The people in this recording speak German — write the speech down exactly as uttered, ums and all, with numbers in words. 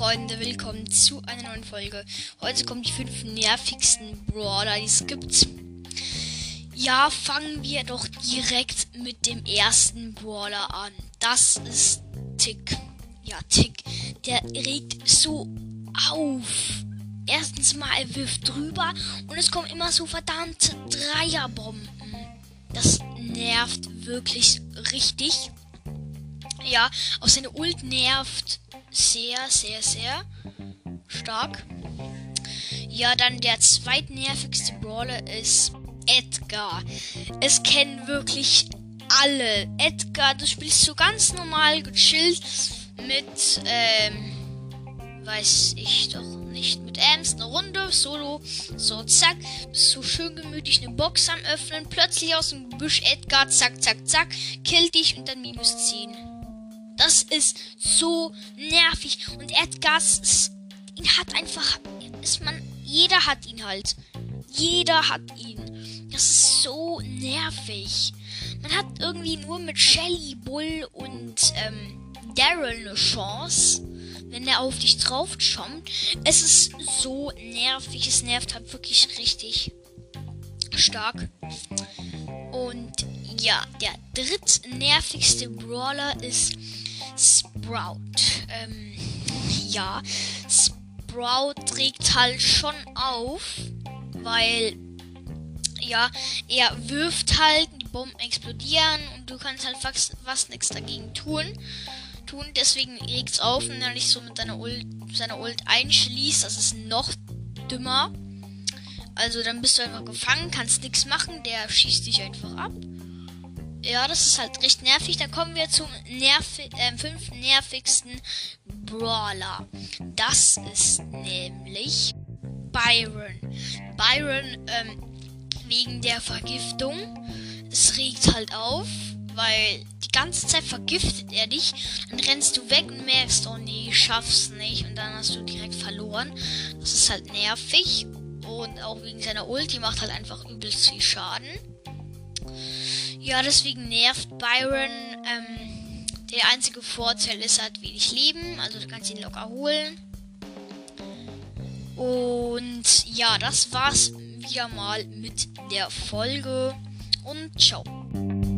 Freunde, willkommen zu einer neuen Folge. Heute kommen die fünf nervigsten Brawler, die es gibt. Ja, fangen wir doch direkt mit dem ersten Brawler an. Das ist Tick. Ja, Tick. Der regt so auf. Erstens mal, er wirft drüber und es kommen immer so verdammte Dreierbomben. Das nervt wirklich richtig. Ja, auch seine Ult nervt sehr, sehr, sehr stark. Ja, dann der zweitnervigste Brawler ist Edgar. Es kennen wirklich alle. Edgar, du spielst so ganz normal gechillt mit, ähm, weiß ich doch nicht, mit Ernst eine Runde, Solo, so zack, bist so schön gemütlich eine Box am Öffnen, plötzlich aus dem Gebüsch Edgar, zack, zack, zack, killt dich und dann minus zehn. Das ist so nervig. Und Edgar ist, ihn hat einfach, ist man, jeder hat ihn halt. Jeder hat ihn. Das ist so nervig. Man hat irgendwie nur mit Shelly, Bull und ähm, Daryl eine Chance, wenn er auf dich drauf jumpt. Es ist so nervig. Es nervt halt wirklich richtig stark. Und ja, der drittnervigste Brawler ist Sprout. Ähm, ja, Sprout trägt halt schon auf, weil, ja, er wirft halt, die Bomben explodieren und du kannst halt fast, fast nichts dagegen tun. tun. Deswegen regt's auf, wenn er nicht so mit seiner Ult, seiner Ult einschließt. Das ist noch dümmer. Also dann bist du einfach gefangen, kannst nichts machen, der schießt dich einfach ab. Ja, das ist halt recht nervig. Dann kommen wir zum nervi- äh, fünf nervigsten Brawler. Das ist nämlich Byron. Byron, ähm, wegen der Vergiftung. Es regt halt auf, weil die ganze Zeit vergiftet er dich. Dann rennst du weg und merkst, oh nee, ich schaff's nicht. Und dann hast du direkt verloren. Das ist halt nervig. Und auch wegen seiner Ult, die macht halt einfach übelst viel Schaden. Ja, deswegen nervt Byron. Ähm, der einzige Vorteil ist halt wenig Leben. Also du kannst ihn locker holen. Und ja, das war's wieder mal mit der Folge. Und ciao.